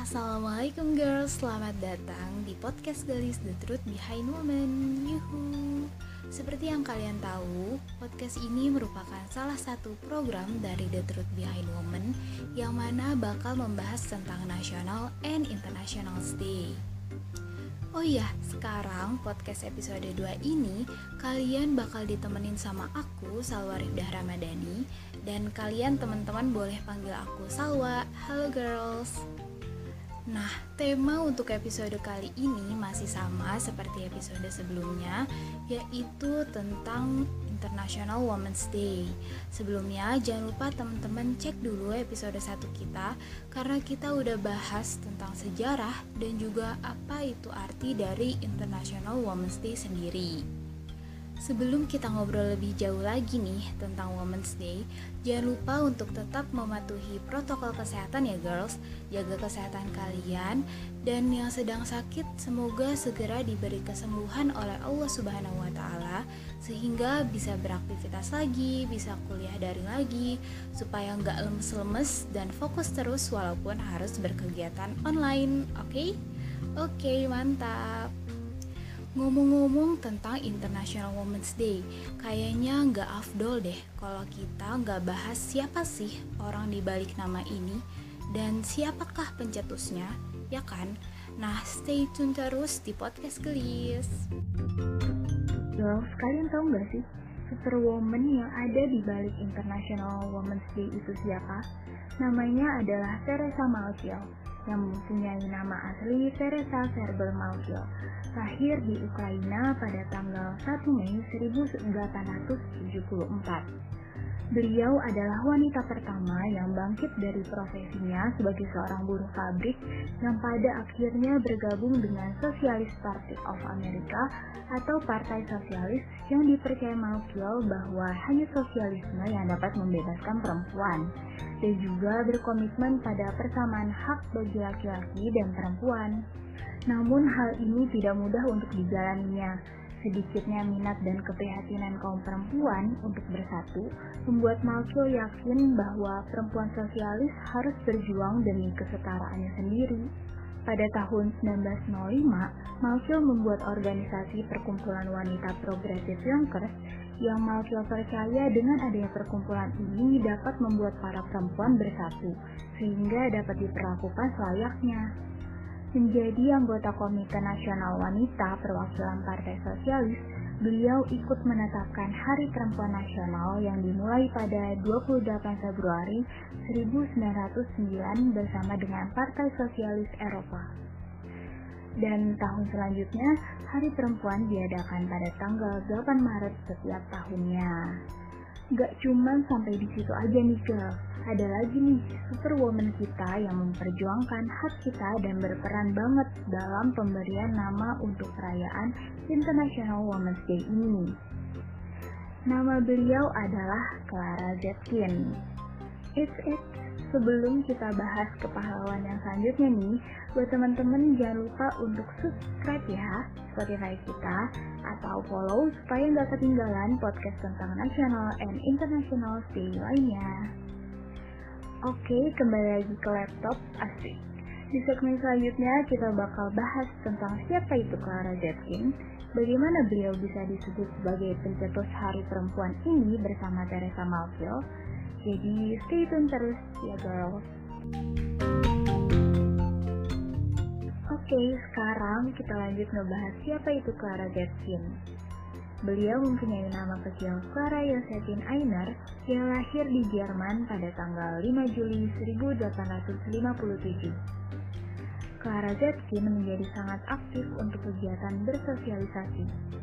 Assalamualaikum girls, selamat datang di podcast Galis The Truth Behind Woman. Yuhu. Seperti yang kalian tahu, podcast ini merupakan salah satu program dari The Truth Behind Woman yang mana bakal membahas tentang National and International Day. Oh iya, sekarang podcast episode 2 ini kalian bakal ditemenin sama aku, Salwa Rifdah Ramadhani. Dan kalian teman-teman boleh panggil aku Salwa. Halo girls. Nah, tema untuk episode kali ini masih sama seperti episode sebelumnya, yaitu tentang International Women's Day. Sebelumnya, jangan lupa teman-teman cek dulu episode 1 kita, karena kita udah bahas tentang sejarah dan juga apa itu arti dari International Women's Day sendiri. Sebelum kita ngobrol lebih jauh lagi nih tentang Women's Day, jangan lupa untuk tetap mematuhi protokol kesehatan ya girls. Jaga kesehatan kalian, dan yang sedang sakit semoga segera diberi kesembuhan oleh Allah Subhanahu wa Ta'ala, sehingga bisa beraktivitas lagi, bisa kuliah daring lagi, supaya nggak lemes-lemes dan fokus terus walaupun harus berkegiatan online. Oke, mantap. Ngomong-ngomong tentang International Women's Day, kayaknya nggak afdol deh kalau kita nggak bahas siapa sih orang di balik nama ini dan siapakah pencetusnya, ya kan? Nah, stay tune terus di podcast Gelis. Girls, kalian tahu nggak sih superwoman yang ada di balik International Women's Day itu siapa? Namanya adalah Teresa Malkiel, yang mempunyai nama asli Teresa Verbel Malkiel, lahir di Ukraina pada tanggal 1 Mei 1874. Beliau adalah wanita pertama yang bangkit dari profesinya sebagai seorang buruh pabrik yang pada akhirnya bergabung dengan Socialist Party of America atau Partai Sosialis yang dipercaya Malkiel bahwa hanya sosialisme yang dapat membebaskan perempuan, dan juga berkomitmen pada persamaan hak bagi laki-laki dan perempuan. Namun hal ini tidak mudah untuk dijalaninya. Sedikitnya minat dan keprihatinan kaum perempuan untuk bersatu membuat Malkiel yakin bahwa perempuan sosialis harus berjuang demi kesetaraannya sendiri. Pada tahun 1905, Malkiel membuat organisasi Perkumpulan Wanita Progresif Yonkers yang Malkiel percaya dengan adanya perkumpulan ini dapat membuat para perempuan bersatu sehingga dapat diperlakukan selayaknya. Menjadi anggota Komite Nasional Wanita Perwakilan Partai Sosialis, beliau ikut menetapkan Hari Perempuan Nasional yang dimulai pada 28 Februari 1909 bersama dengan Partai Sosialis Eropa. Dan tahun selanjutnya, Hari Perempuan diadakan pada tanggal 8 Maret setiap tahunnya. Gak cuman sampai di situ aja nih girls, ada lagi nih superwoman kita yang memperjuangkan hak kita dan berperan banget dalam pemberian nama untuk perayaan International Women's Day ini. Nama beliau adalah Clara Zetkin. Sebelum kita bahas kepahlawan yang selanjutnya nih, buat teman-teman jangan lupa untuk subscribe ya Spotify kita atau follow supaya nggak ketinggalan podcast tentang National and International Day lainnya. Oke, kembali lagi ke laptop, asik. Di segmen selanjutnya kita bakal bahas tentang siapa itu Clara Zetkin, bagaimana beliau bisa disebut sebagai pencetus Hari Perempuan ini bersama Teresa Malkiel. Jadi stay tune terus ya girls. Oke, sekarang kita lanjut ngebahas siapa itu Clara Zetkin. Beliau mempunyai nama kecil Clara Josephine Einer yang lahir di Jerman pada tanggal 5 Juli 1857. Clara Zetkin menjadi sangat aktif untuk kegiatan bersosialisasi.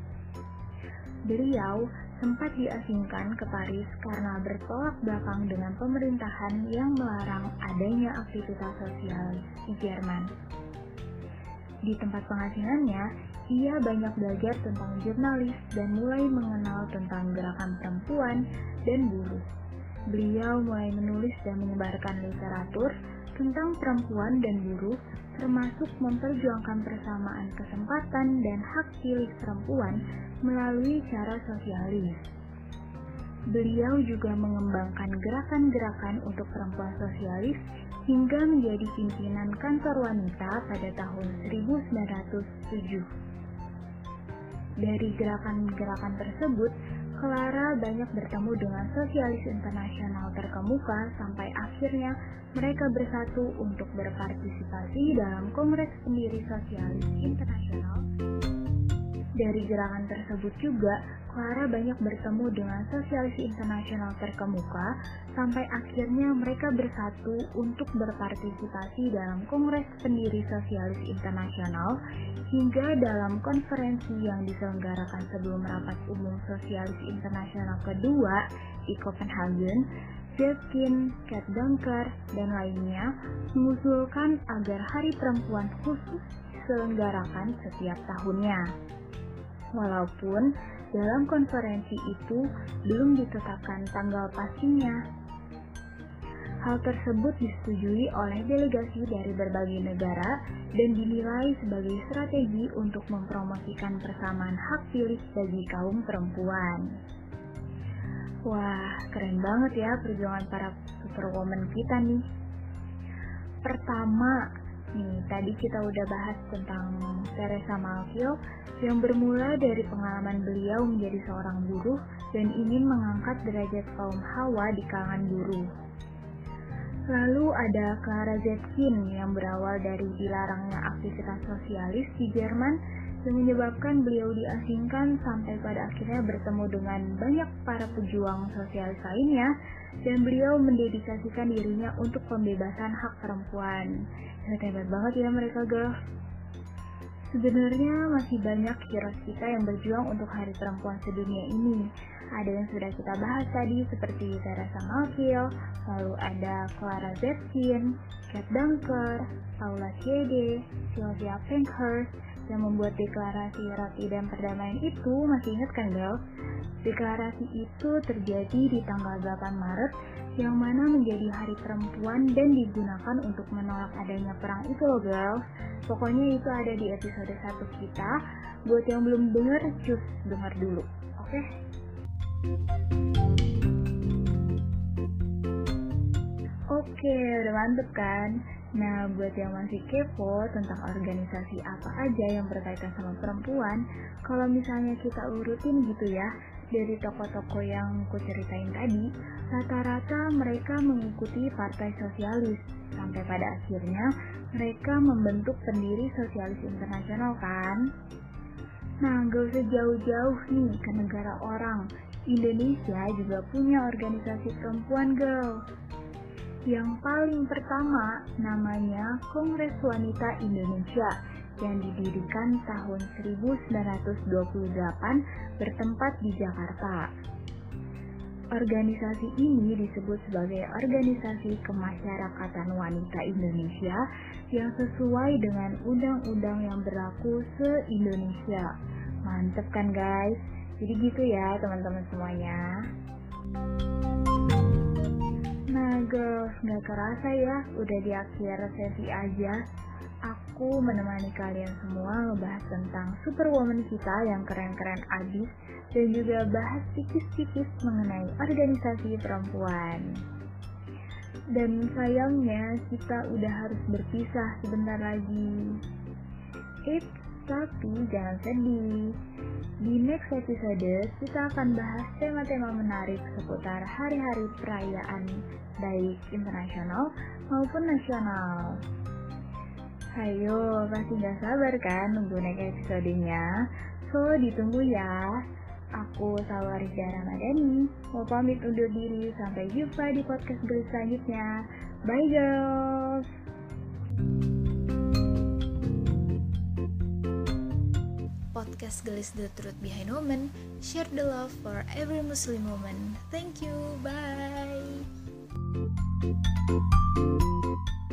Beliau sempat diasingkan ke Paris karena bertolak belakang dengan pemerintahan yang melarang adanya aktivitas sosialis di Jerman. Di tempat pengasingannya, ia banyak belajar tentang jurnalis dan mulai mengenal tentang gerakan perempuan dan buruh. Beliau mulai menulis dan menyebarkan literatur tentang perempuan dan buruh, termasuk memperjuangkan persamaan kesempatan dan hak pilih perempuan melalui cara sosialis. Beliau juga mengembangkan gerakan-gerakan untuk perempuan sosialis hingga menjadi pimpinan kantor wanita pada tahun 1907. Dari gerakan-gerakan tersebut, Clara banyak bertemu dengan sosialis internasional terkemuka sampai akhirnya mereka bersatu untuk berpartisipasi dalam Kongres Pendiri Sosialis Internasional. Dari gerakan tersebut juga, Clara banyak bertemu dengan sosialis internasional terkemuka sampai akhirnya mereka bersatu untuk berpartisipasi dalam Kongres Pendiri Sosialis Internasional hingga dalam konferensi yang diselenggarakan sebelum rapat umum Sosialis Internasional kedua di Copenhagen. Zetkin, Kat Donker, dan lainnya mengusulkan agar Hari Perempuan khusus diselenggarakan setiap tahunnya. Walaupun dalam konferensi itu belum ditetapkan tanggal pastinya. Hal tersebut disetujui oleh delegasi dari berbagai negara dan dinilai sebagai strategi untuk mempromosikan persamaan hak pilih bagi kaum perempuan. Wah, keren banget ya perjuangan para superwoman kita nih. Pertama, tadi kita udah bahas tentang Teresa Malkiel yang bermula dari pengalaman beliau menjadi seorang buruh dan ingin mengangkat derajat kaum Hawa di kalangan buruh. Lalu ada Clara Zetkin yang berawal dari dilarangnya aktivitas sosialis di Jerman yang menyebabkan beliau diasingkan sampai pada akhirnya bertemu dengan banyak para pejuang sosialis lainnya dan beliau mendedikasikan dirinya untuk pembebasan hak perempuan. Hebat banget ya mereka, girls. Sebenarnya masih banyak heroes kita yang berjuang untuk Hari Perempuan sedunia ini. Ada yang sudah kita bahas tadi seperti Teresa Malkiel, lalu ada Clara Zetkin, Kat Donker, Paula Tiede, Sylvia Pankhurst yang membuat deklarasi roti dan perdamaian itu. Masih ingat kan, girls? Deklarasi itu terjadi di tanggal 8 Maret yang mana menjadi Hari Perempuan dan digunakan untuk menolak adanya perang itu loh, girls. Pokoknya itu ada di episode 1 kita. Buat yang belum dengar, cus dengar dulu, oke? Oke, udah mantep kan? Nah, buat yang masih kepo tentang organisasi apa aja yang berkaitan sama perempuan, kalau misalnya kita urutin gitu ya, dari tokoh-tokoh yang ku ceritain tadi, rata-rata mereka mengikuti partai sosialis, sampai pada akhirnya mereka membentuk pendiri Sosialis Internasional kan? Nah, gak usah jauh-jauh nih ke negara orang, Indonesia juga punya organisasi perempuan, girl. Yang paling pertama namanya Kongres Wanita Indonesia yang didirikan tahun 1928 bertempat di Jakarta. Organisasi ini disebut sebagai Organisasi Kemasyarakatan Wanita Indonesia yang sesuai dengan undang-undang yang berlaku se-Indonesia. Mantep kan guys? Jadi gitu ya teman-teman semuanya. Nah girls, gak kerasa ya udah di akhir sesi aja. Aku menemani kalian semua ngebahas tentang superwoman kita yang keren-keren abis dan juga bahas tipis-tipis mengenai organisasi perempuan. Dan sayangnya kita udah harus berpisah sebentar lagi. Tapi jangan sedih. Di next episode kita akan bahas tema-tema menarik seputar hari-hari perayaan baik internasional maupun nasional. Hayo, pasti gak sabar kan nunggu next episodenya. So, ditunggu ya. Aku Salwarizda Ramadhani, mau pamit undur diri. Sampai jumpa di podcast girls selanjutnya. Bye girls. Podcast Gelis the Truth Behind Women. Share the love for every Muslim woman. Thank you. Bye.